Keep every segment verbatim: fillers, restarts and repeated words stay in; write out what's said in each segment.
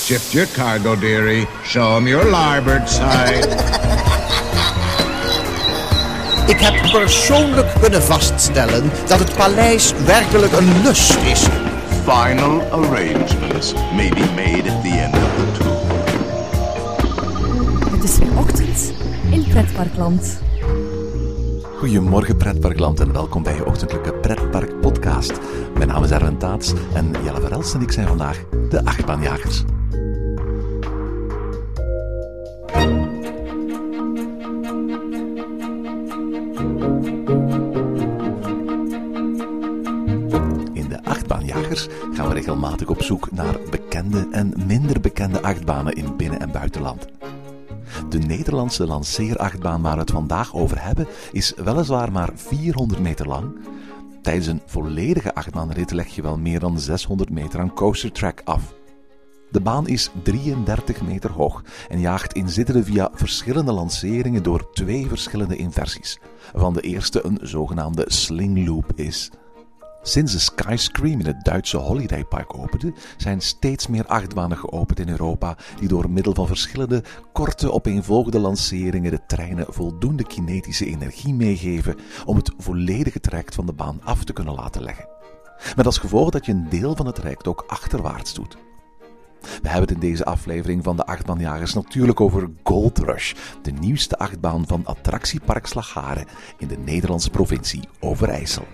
Shift your cargo, dearie. Show 'em your larboard side. Ik heb persoonlijk kunnen vaststellen dat het paleis werkelijk een lust is. Final arrangements may be made at the end of the tour. Het is weer ochtend in Pretparkland. Goedemorgen Pretparkland en welkom bij je ochtendelijke Pretpark podcast. Mijn naam is Erwin Taats en Jelle Verhelst en ik zijn vandaag de achtbaanjagers. In de achtbaanjagers gaan we regelmatig op zoek naar bekende en minder bekende achtbanen in binnen- en buitenland. De Nederlandse lanceerachtbaan waar we het vandaag over hebben is weliswaar maar vierhonderd meter lang. Tijdens een volledige achtbaanrit leg je wel meer dan zeshonderd meter aan coastertrack af. De baan is drieëndertig meter hoog en jaagt inzittenden via verschillende lanceringen door twee verschillende inversies, waarvan de eerste een zogenaamde sling loop is. Sinds de Skyscream in het Duitse Holiday Park opende, zijn steeds meer achtbanen geopend in Europa die door middel van verschillende korte opeenvolgende lanceringen de treinen voldoende kinetische energie meegeven om het volledige traject van de baan af te kunnen laten leggen. Met als gevolg dat je een deel van het traject ook achterwaarts doet. We hebben het in deze aflevering van de achtbaanjagers natuurlijk over Gold Rush, de nieuwste achtbaan van attractiepark Slagharen in de Nederlandse provincie Overijssel.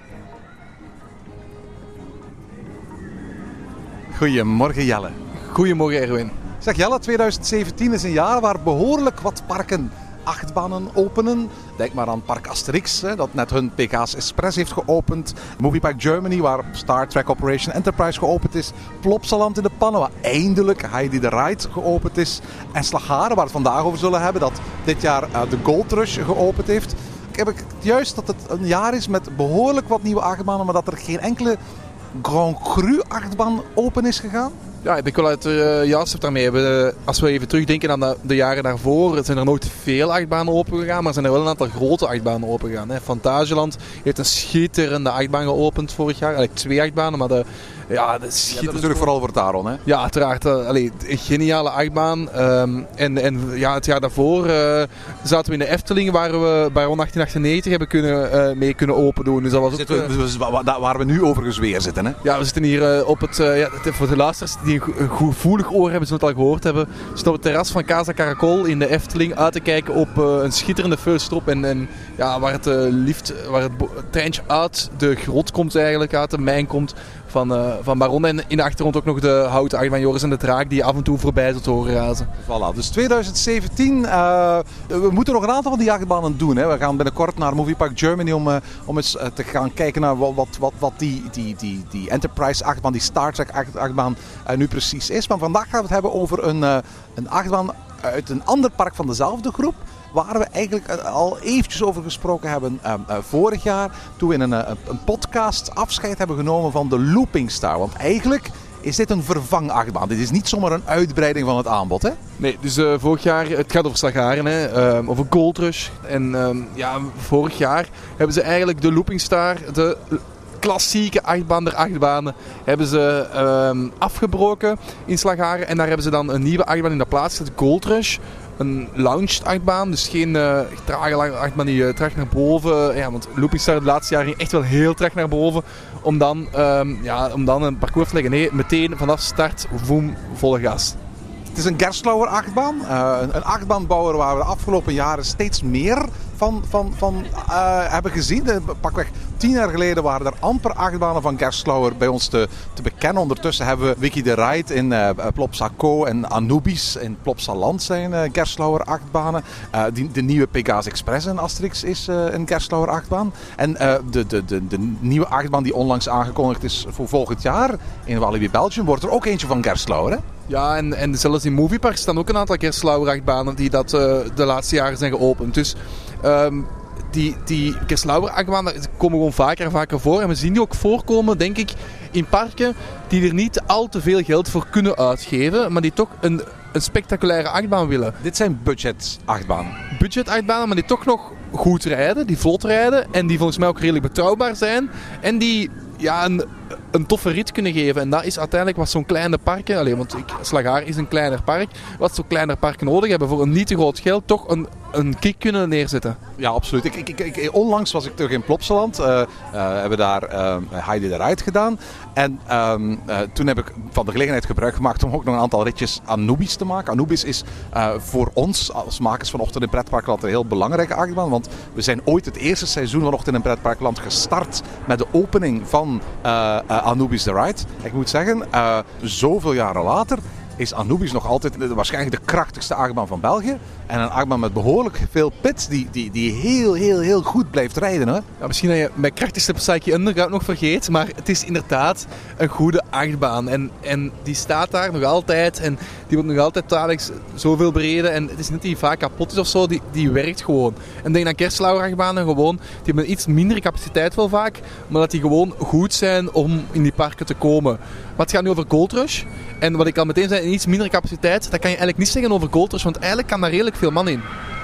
Goedemorgen Jelle. Goedemorgen Erwin. Zeg Jelle, twintig zeventien is een jaar waar behoorlijk wat parken achtbanen openen. Denk maar aan Park Asterix, hè, dat net hun P K's Express heeft geopend. Movie Park Germany, waar Star Trek Operation Enterprise geopend is. Plopsaland in de Pannen, waar eindelijk Heidi the Ride geopend is. En Slagharen, waar we het vandaag over zullen hebben, dat dit jaar uh, de Gold Rush geopend heeft. Heb ik juist dat het een jaar is met behoorlijk wat nieuwe achtbanen, maar dat er geen enkele Grand Cru achtbaan open is gegaan? Ja, ik denk wel dat er uh, juist daarmee hebben. Als we even terugdenken aan de, de jaren daarvoor, zijn er nooit veel achtbanen open gegaan, maar zijn er wel een aantal grote achtbanen open gegaan. Hè. Fantasieland heeft een schitterende achtbaan geopend vorig jaar. Eigenlijk twee achtbanen, maar de, ja, de ja, dat is natuurlijk vooral voor Taron, hè? Ja, uiteraard. Uh, allee, een geniale achtbaan. Um, en, en ja, het jaar daarvoor uh, zaten we in de Efteling, waar we Baron achttien achtennegentig hebben kunnen, uh, mee kunnen open doen. Dus dat was ook, we, dus, waar we nu overigens weer zitten, hè? Ja, we zitten hier uh, op het, uh, ja, voor de luisteraars die een gevoelig oor hebben, zullen het al gehoord hebben. We staan op het terras van Casa Caracol in de Efteling uit te kijken op uh, een schitterende first-stop. En, en ja, waar het, uh, liefst, waar het, bo- het treintje uit de grot komt eigenlijk, uit de mijn komt van, uh, van Baron. En in de achtergrond ook nog de houten achtbaan Joris en de Draak die af en toe voorbij tot horen razen. Voilà, dus twintig zeventien, uh, we moeten nog een aantal van die achtbanen doen. Hè. We gaan binnenkort naar Movie Park Germany om, uh, om eens uh, te gaan kijken naar wat, wat, wat, wat die, die, die, die Enterprise achtbaan, die Star Trek achtbaan uh, nu precies is. Maar vandaag gaan we het hebben over een, uh, een achtbaan uit een ander park van dezelfde groep. Waar we eigenlijk al eventjes over gesproken hebben uh, uh, vorig jaar. Toen we in een, uh, een podcast afscheid hebben genomen van de Looping Star. Want eigenlijk is dit een vervangachtbaan. Dit is niet zomaar een uitbreiding van het aanbod, hè? Nee, dus uh, vorig jaar, het gaat over Slagharen, hè, uh, over Gold Rush. En uh, ja, vorig jaar hebben ze eigenlijk de Looping Star, de klassieke achtbaan der achtbanen, hebben ze uh, afgebroken in Slagharen. En daar hebben ze dan een nieuwe achtbaan in de plaats gezet, Gold Rush. Een launched achtbaan, dus geen uh, trage achtbaan die uh, traag naar boven. Ja, want Looping Star de laatste jaren ging echt wel heel traag naar boven. Om dan, um, ja, om dan een parcours te leggen. Nee, meteen vanaf start, voem, volle gas. Het is een Gerstlauer achtbaan. Uh, een, een achtbaanbouwer waar we de afgelopen jaren steeds meer van, van, van uh, hebben gezien. De, pakweg tien jaar geleden waren er amper achtbanen van Gerstlauer bij ons te, te bekennen. Ondertussen hebben we Wiki the Ride in uh, Plopsaco en Anubis in Plopsaland zijn uh, Gerstlauer achtbanen. Uh, die, de nieuwe Pegasus Express in Asterix is uh, een Gerstlauer achtbaan. En uh, de, de, de, de nieuwe achtbaan die onlangs aangekondigd is voor volgend jaar in Walibi Belgium wordt er ook eentje van Gerstlauer, hè? Ja, en, en zelfs in Moviepark staan ook een aantal Gerstlauer achtbanen die dat uh, de laatste jaren zijn geopend. Dus um, die, die Gerstlauer achtbanen komen gewoon vaker en vaker voor. En we zien die ook voorkomen, denk ik, in parken die er niet al te veel geld voor kunnen uitgeven, maar die toch een, een spectaculaire achtbaan willen. Dit zijn budget achtbanen. Budget achtbanen, maar die toch nog goed rijden, die vlot rijden en die volgens mij ook redelijk betrouwbaar zijn. En die ja, een, een toffe rit kunnen geven. En dat is uiteindelijk wat zo'n kleine parken, allez, want ik, Slagharen is een kleiner park, wat zo'n kleiner parken nodig hebben voor een niet te groot geld, toch een, een kick kunnen neerzetten. Ja, absoluut. Ik, ik, ik, onlangs was ik terug in Plopsaland. Uh, uh, hebben we daar uh, Heidi de Ride gedaan. En um, uh, toen heb ik van de gelegenheid gebruik gemaakt om ook nog een aantal ritjes Anubis te maken. Anubis is uh, voor ons als makers van Ochtend in Pretparkland een heel belangrijke achtbaan. Want we zijn ooit het eerste seizoen van Ochtend in Pretparkland gestart met de opening van uh, uh, Anubis de Ride. Ik moet zeggen, uh, zoveel jaren later is Anubis nog altijd waarschijnlijk de krachtigste achtbaan van België. En een achtbaan met behoorlijk veel pit die, die, die heel, heel, heel goed blijft rijden. Hè? Ja, misschien dat je mijn krachtigste Psyche Underground nog vergeet, maar het is inderdaad een goede achtbaan. En, en die staat daar nog altijd en die wordt nog altijd dagelijks zoveel bereden. En het is niet dat die vaak kapot is of zo, die, die werkt gewoon. En denk aan Kerstlauer achtbanen gewoon, die hebben iets minder capaciteit wel vaak, maar dat die gewoon goed zijn om in die parken te komen. Maar het gaat nu over Gold Rush. En wat ik al meteen zei, in iets minder capaciteit, dat kan je eigenlijk niet zeggen over Gold Rush, want eigenlijk kan daar redelijk veel man in.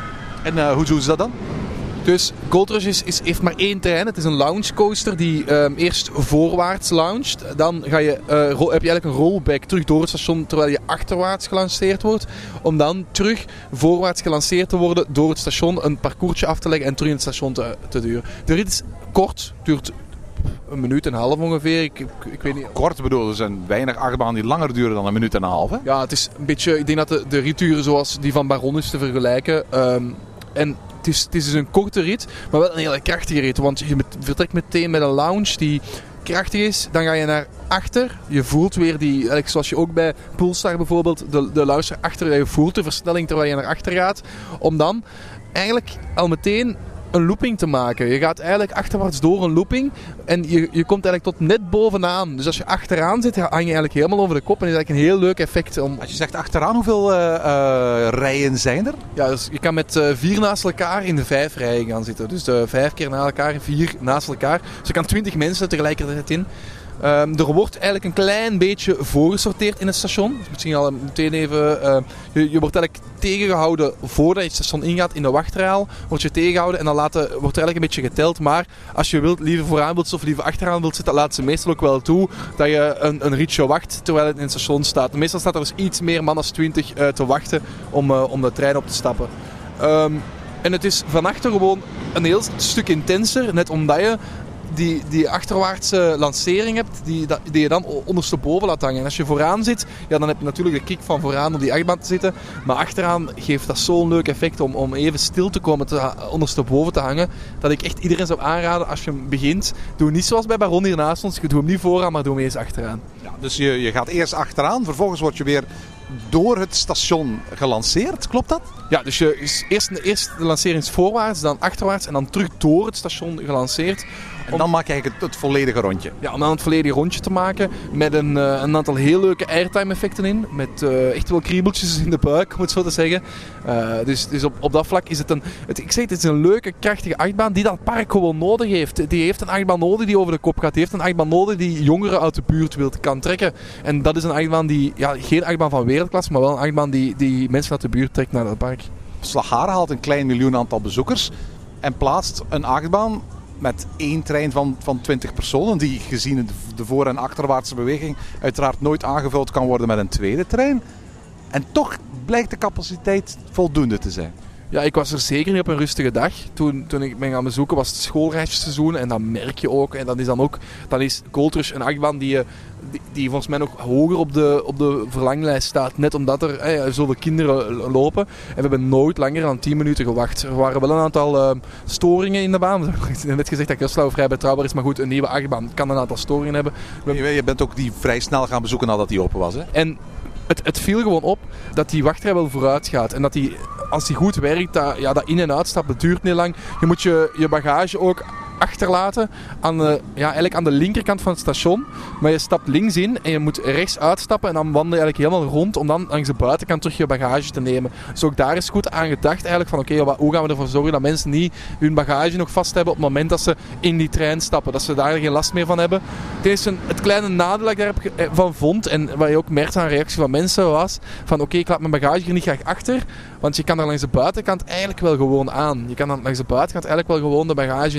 En uh, hoe doen ze dat dan? Dus Gold Rush is, is, heeft maar één trein. Het is een launch coaster die um, eerst voorwaarts launcht. Dan ga je, uh, ro- heb je eigenlijk een rollback terug door het station terwijl je achterwaarts gelanceerd wordt. Om dan terug voorwaarts gelanceerd te worden door het station, een parcoursje af te leggen en terug in het station te, te duren. De rit is kort, duurt een minuut en een half ongeveer. Ik, ik, ik weet niet. Kort bedoel, er zijn weinig achtbanen die langer duren dan een minuut en een half. Hè? Ja, het is een beetje, ik denk dat de, de rituren zoals die van Baron is te vergelijken. Um, en het is, het is dus een korte rit, maar wel een hele krachtige rit. Want je met, vertrekt meteen met een lounge die krachtig is. Dan ga je naar achter. Je voelt weer die, zoals je ook bij Poolstar bijvoorbeeld, de, de lounge achter, je voelt de versnelling terwijl je naar achter gaat. Om dan eigenlijk al meteen een looping te maken. Je gaat eigenlijk achterwaarts door een looping en je, je komt eigenlijk tot net bovenaan. Dus als je achteraan zit, hang je eigenlijk helemaal over de kop en is eigenlijk een heel leuk effect. Om... Als je zegt achteraan, hoeveel uh, uh, rijen zijn er? Ja, dus je kan met uh, vier naast elkaar in de vijf rijen gaan zitten. Dus uh, vijf keer na elkaar, vier naast elkaar. Dus je kan twintig mensen tegelijkertijd in. Um, er wordt eigenlijk een klein beetje voorgesorteerd in het station. Dus misschien al meteen even... Uh, je, je wordt eigenlijk tegengehouden voordat je het station ingaat in de wachtraal. Word je tegengehouden en dan laten, wordt er eigenlijk een beetje geteld. Maar als je wilt, liever vooraan wilt of liever achteraan wilt zitten, laten ze meestal ook wel toe dat je een, een ritje wacht terwijl het in het station staat. Meestal staat er dus iets meer man dan twintig uh, te wachten om, uh, om de trein op te stappen. Um, en het is van achter gewoon een heel stuk intenser, net omdat je Die, die achterwaartse lancering hebt, die, die je dan ondersteboven laat hangen. En als je vooraan zit, ja, dan heb je natuurlijk de kick van vooraan op die achtbaan te zitten. Maar achteraan geeft dat zo'n leuk effect om, om even stil te komen, te, ondersteboven te hangen. Dat ik echt iedereen zou aanraden, als je begint, doe niet zoals bij Baron hier naast ons. Doe hem niet vooraan, maar doe hem eens achteraan. Ja, dus je, je gaat eerst achteraan, vervolgens word je weer door het station gelanceerd, klopt dat? Ja, dus je is eerst, eerst de lancering is voorwaarts, dan achterwaarts en dan terug door het station gelanceerd. En dan maak je eigenlijk het, het volledige rondje. Ja, om dan het volledige rondje te maken met een, uh, een aantal heel leuke airtime effecten in. Met uh, echt wel kriebeltjes in de buik, om het zo te zeggen. Uh, dus dus op, op dat vlak is het een... Het, ik zeg het, het is een leuke, krachtige achtbaan die dat park gewoon nodig heeft. Die heeft een achtbaan nodig die over de kop gaat. Die heeft een achtbaan nodig die jongeren uit de buurt wil, kan trekken. En dat is een achtbaan die... Ja, geen achtbaan van wereldklasse, maar wel een achtbaan die, die mensen uit de buurt trekt naar dat park. Slagharen haalt een klein miljoen aantal bezoekers en plaatst een achtbaan met één trein van, van twintig personen, die gezien de voor- en achterwaartse beweging uiteraard nooit aangevuld kan worden met een tweede trein. En toch blijkt de capaciteit voldoende te zijn. Ja, ik was er zeker niet op een rustige dag. Toen, toen ik ben gaan bezoeken was het schoolreisseizoen en dat merk je ook. En dat is dan ook, dan is Gold Rush een achtbaan die, die, die volgens mij nog hoger op de, op de verlanglijst staat. Net omdat er eh, zoveel kinderen lopen. En we hebben nooit langer dan tien minuten gewacht. Er waren wel een aantal uh, storingen in de baan. Ik heb net gezegd dat Kerstlauer vrij betrouwbaar is, maar goed, een nieuwe achtbaan kan een aantal storingen hebben. We... Je bent ook die vrij snel gaan bezoeken nadat die open was, hè? En het, het viel gewoon op dat die wachtrij wel vooruit gaat. En dat die, als die goed werkt, dat, ja, dat in- en uitstappen duurt niet lang. Je moet je, je bagage ook achterlaten aan de, ja, eigenlijk aan de linkerkant van het station. Maar je stapt links in en je moet rechts uitstappen en dan wandel je eigenlijk helemaal rond om dan langs de buitenkant terug je bagage te nemen. Dus ook daar is goed aan gedacht eigenlijk van oké, okay, hoe gaan we ervoor zorgen dat mensen niet hun bagage nog vast hebben op het moment dat ze in die trein stappen. Dat ze daar geen last meer van hebben. Het is een, het kleine nadeel dat ik daarvan vond en wat je ook merkte aan de reactie van mensen was van oké, okay, ik laat mijn bagage hier niet graag achter, want je kan daar langs de buitenkant eigenlijk wel gewoon aan. Je kan dan langs de buitenkant eigenlijk wel gewoon de bagage nemen of iemand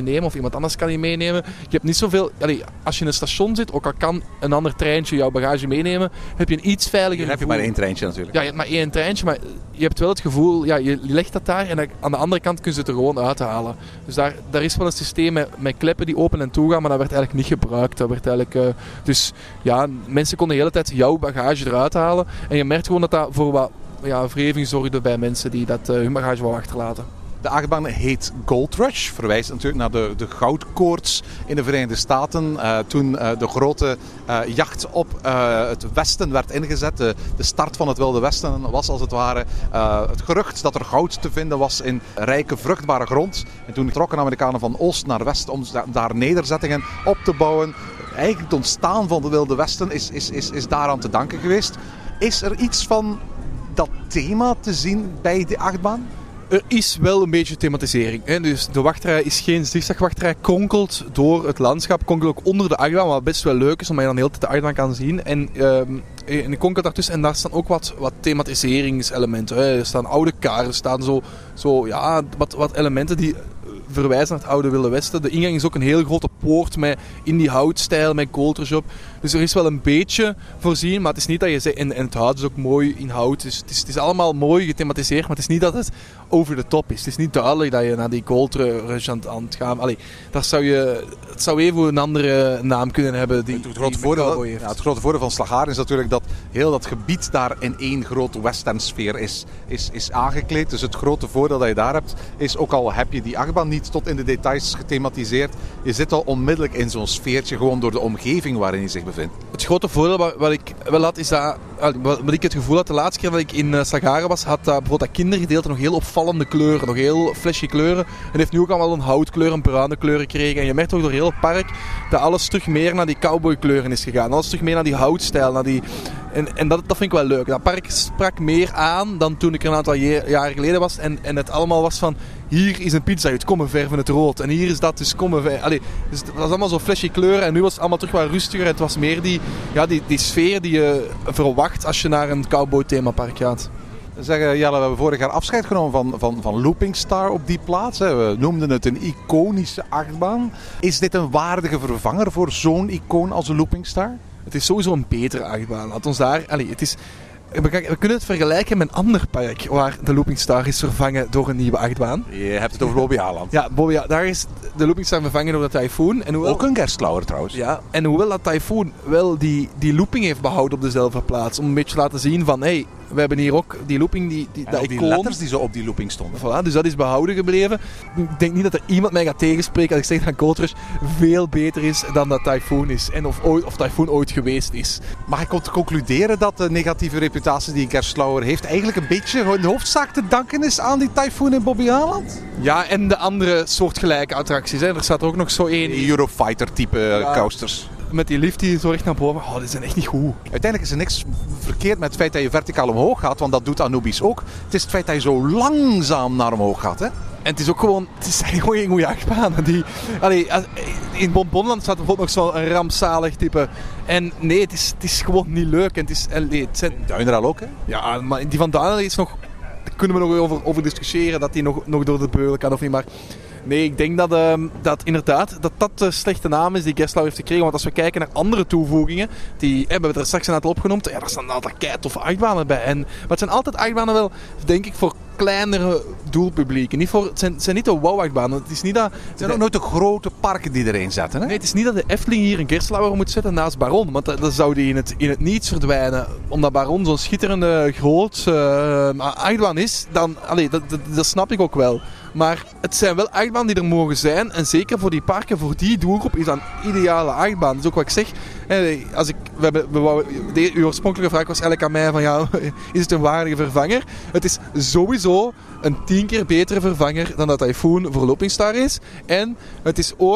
iemand anders kan je meenemen. Je hebt niet zoveel... Allee, als je in een station zit, ook al kan een ander treintje jouw bagage meenemen, heb je een iets veiliger Hier heb je gevoel. maar één treintje natuurlijk. Ja, je hebt maar één treintje, maar je hebt wel het gevoel, ja, je legt dat daar en dan, aan de andere kant kun je het er gewoon uithalen. Dus daar, daar is wel een systeem met, met kleppen die open en toe gaan, maar dat werd eigenlijk niet gebruikt. Dat werd eigenlijk, uh, dus ja, mensen konden de hele tijd jouw bagage eruit halen en je merkt gewoon dat dat voor wat ja, wrijving zorgde bij mensen die dat, uh, hun bagage wou achterlaten. De achtbaan heet Gold Rush, verwijst natuurlijk naar de, de goudkoorts in de Verenigde Staten. Uh, toen uh, de grote uh, jacht op uh, het westen werd ingezet, de, de start van het Wilde Westen was als het ware uh, het gerucht dat er goud te vinden was in rijke, vruchtbare grond. En toen trokken Amerikanen van oost naar west om daar nederzettingen op te bouwen. Eigenlijk het ontstaan van de Wilde Westen is, is, is, is daaraan te danken geweest. Is er iets van dat thema te zien bij de achtbaan? Er is wel een beetje thematisering. Hè? Dus de wachtrij is geen zigzagwachtrij, kronkelt door het landschap, kronkelt ook onder de achtbaan, wat best wel leuk is, omdat je dan de hele tijd de achtbaan kan zien. En, uh, en kronkelt daartussen en daar staan ook wat, wat thematiseringselementen. Hè? Er staan oude karen, er staan zo, zo ja, wat, wat elementen die verwijzen naar het oude Wilde Westen. De ingang is ook een heel grote poort met in die houtstijl, met Gold Rush op. Dus er is wel een beetje voorzien, maar het is niet dat je zegt, en, en het hout is ook mooi in hout. Dus het, is, het is allemaal mooi gethematiseerd, maar het is niet dat het over de top is. Het is niet duidelijk dat je naar die Gold Rush aan, aan het gaan. Allee, daar zou je, het zou even een andere naam kunnen hebben. Die, het, het, grote voordeel, ja, het grote voordeel van Slagharen is natuurlijk dat heel dat gebied daar in één grote westernsfeer is, is, is aangekleed. Dus het grote voordeel dat je daar hebt, is ook al heb je die achtbaan niet tot in de details gethematiseerd, je zit al onmiddellijk in zo'n sfeertje, gewoon door de omgeving waarin je zich bevindt. Het grote voordeel wat, wat ik wel had, is dat, wat ik het gevoel had de laatste keer dat ik in Slagharen was, had dat bijvoorbeeld dat kindergedeelte nog heel opvallende kleuren, nog heel flashy kleuren. En heeft nu ook allemaal een houtkleur, een bruine kleur gekregen. En je merkt ook door heel het park dat alles terug meer naar die cowboykleuren is gegaan. Alles terug meer naar die houtstijl, naar die... En, en dat, dat vind ik wel leuk. Dat park sprak meer aan dan toen ik er een aantal jaren geleden was. En, en het allemaal was van, hier is een pizza, het kom, we verven het rood. En hier is dat, dus kom, we... Allee, dus het was allemaal zo flashy kleuren. En nu was het allemaal terug wat rustiger. Het was meer die, ja, die, die sfeer die je verwacht als je naar een cowboy themapark gaat. Zeggen, Jelle, we hebben vorig jaar afscheid genomen van, van, van Looping Star op die plaats. Hè. We noemden het een iconische achtbaan. Is dit een waardige vervanger voor zo'n icoon als een Looping Star? Het is sowieso een betere achtbaan. Laat ons daar... Allee, het is, we kunnen het vergelijken met een ander park waar de Looping Star is vervangen door een nieuwe achtbaan. Je hebt het over Bobbejaanland. Ja, Bobbeja, daar is de Looping Star vervangen door de Typhoon. En hoewel, ook een Gerstlauer trouwens. Ja, en hoewel dat Typhoon wel die, die looping heeft behouden op dezelfde plaats. Om een beetje te laten zien van, hé, hey, we hebben hier ook die looping, die, die, en dat ook die icoon. letters die zo op die looping stonden. Voilà, dus dat is behouden gebleven. Ik denk niet dat er iemand mij gaat tegenspreken als ik zeg dat Gold Rush veel beter is dan dat Typhoon is. En of, ooit, of Typhoon ooit geweest is. Mag ik concluderen dat de negatieve reputatie die Gerstlauer heeft eigenlijk een beetje in de hoofdzaak te danken is aan die Typhoon in Bobbejaanland? Ja, en de andere soortgelijke attracties. Hè. Er staat er ook nog zo één... Die Eurofighter type ja, coasters. Met die lift die zo recht naar boven. Oh, die zijn echt niet goed. Uiteindelijk is er niks verkeerd met het feit dat je verticaal omhoog gaat, want dat doet Anubis ook. Het is het feit dat je zo langzaam naar omhoog gaat, hè? En het is ook gewoon, het is gewoon geen goede achtbanen. Die, allee, in Bonbonland staat bijvoorbeeld nog zo'n rampzalig type. En nee, het is, het is gewoon niet leuk. En het is, allee, het zijn... Duineraal ook, hè? Ja, maar die van Duineraal is nog... Daar kunnen we nog over, over discussiëren, dat die nog, nog door de beugel kan of niet. Maar nee, ik denk dat, uh, dat inderdaad dat dat de slechte naam is die Gerstlauer heeft gekregen. Want als we kijken naar andere toevoegingen, die we hebben er straks een aantal opgenoemd. Ja, daar staan een aantal keitoffe achtbanen bij. En, maar het zijn altijd achtbanen wel, denk ik, voor kleinere doelpublieken. Niet voor, het, zijn, het zijn niet de wow-achtbanen. Het is niet dat... Het zijn ook nooit de grote parken die erin zetten, hè? Nee, het is niet dat de Efteling hier een Gerstlauer moet zetten naast Baron. Want dan zou die in het, in het niets verdwijnen. Omdat Baron zo'n schitterende, groot uh, achtbaan is, dan... Allee, dat, dat, dat snap ik ook wel. Maar het zijn wel achtbanen die er mogen zijn. En zeker voor die parken, voor die doelgroep, is dat een ideale achtbaan. Dat is ook wat ik zeg. Als ik, we hebben, we wou, de, uw oorspronkelijke vraag was eigenlijk aan mij van, ja, is het een waardige vervanger? Het is sowieso een tien keer betere vervanger dan dat Typhoon voor Looping Star is. En het is ook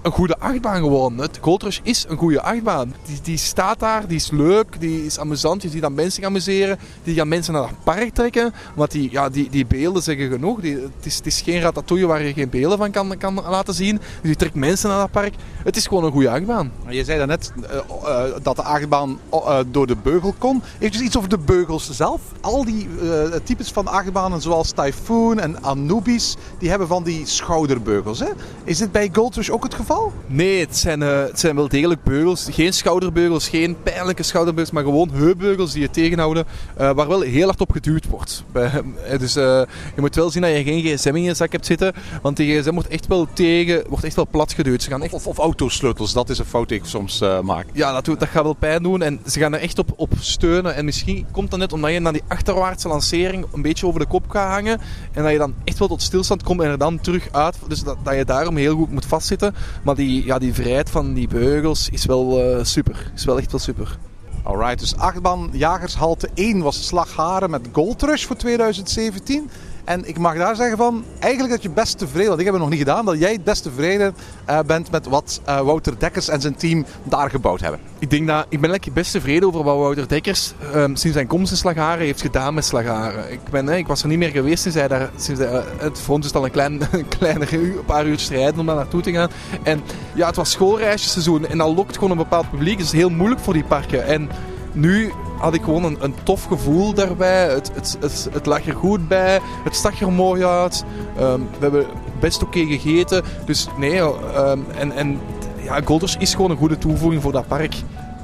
een goede achtbaan gewoon. Het Gold Rush is een goede achtbaan. Die, die staat daar, die is leuk, die is amusant. Je ziet dat mensen gaan amuseren. Die gaan mensen naar het park trekken. Want die, ja, die, die beelden zeggen genoeg. Die, het, is, het is geen ratatouille waar je geen beelden van kan, kan laten zien. Dus die trekt mensen naar dat park. Het is gewoon een goede achtbaan. Je zei daarnet uh, uh, dat de achtbaan uh, door de beugel kon. Even iets over de beugels zelf. Al die uh, types van achtbanen zoals Typhoon en Anubis, die hebben van die schouderbeugels. Hè? Is dit bij Gold Rush ook het geval? Nee, het zijn, uh, het zijn wel degelijk beugels. Geen schouderbeugels, geen pijnlijke schouderbeugels, maar gewoon heupbeugels die je tegenhouden, uh, waar wel heel hard op geduwd wordt. Bij, uh, dus uh, je moet wel zien dat je geen gsm in je zak hebt zitten, want die gsm wordt echt wel tegen, wordt echt wel plat geduwd. Ze gaan echt... Of, of autosleutels, dat is een fout die ik soms uh, maak. Ja, dat, dat gaat wel pijn doen en ze gaan er echt op, op steunen. En misschien komt dat net omdat je na die achterwaartse lancering een beetje over de kop gaat hangen en dat je dan echt wel tot stilstand komt en er dan terug uit. Dus dat, dat je daarom heel goed moet vastzitten. Maar die, ja, die vrijheid van die beugels is wel uh, super. Is wel echt wel super. Alright, dus achtbaanjagershalte één was Slagharen met Gold Rush voor twintig zeventien. En ik mag daar zeggen van, eigenlijk dat je best tevreden, want ik heb het nog niet gedaan, dat jij het best tevreden uh, bent met wat uh, Wouter Dekkers en zijn team daar gebouwd hebben. Ik denk dat, ik ben eigenlijk best tevreden over wat Wouter Dekkers um, sinds zijn komst in Slagharen heeft gedaan met Slagharen. Ik, ben, hè, ik was er niet meer geweest sinds hij daar, sinds hij, uh, het, voor ons is het al een, klein, een kleiner uur, een paar uur rijden om daar naartoe te gaan. En ja, het was schoolreisjesseizoen en dat lokt gewoon een bepaald publiek, dus het is heel moeilijk voor die parken. En nu had ik gewoon een, een tof gevoel daarbij. Het, het, het, het lag er goed bij. Het stak er mooi uit. Um, we hebben best oké okay gegeten. Dus nee, um, en, en ja, Gold Rush is gewoon een goede toevoeging voor dat park.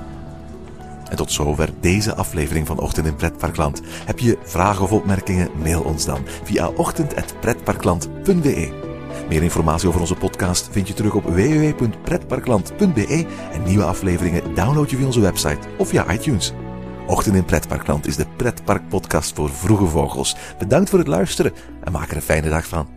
En tot zover deze aflevering van Ochtend in Pretparkland. Heb je vragen of opmerkingen? Mail ons dan via ochtend apenstaartje pretparkland punt b e. Meer informatie over onze podcast vind je terug op w w w punt pretparkland punt b e en nieuwe afleveringen download je via onze website of via iTunes. Ochtend in Pretparkland is de pretparkpodcast voor vroege vogels. Bedankt voor het luisteren en maak er een fijne dag van.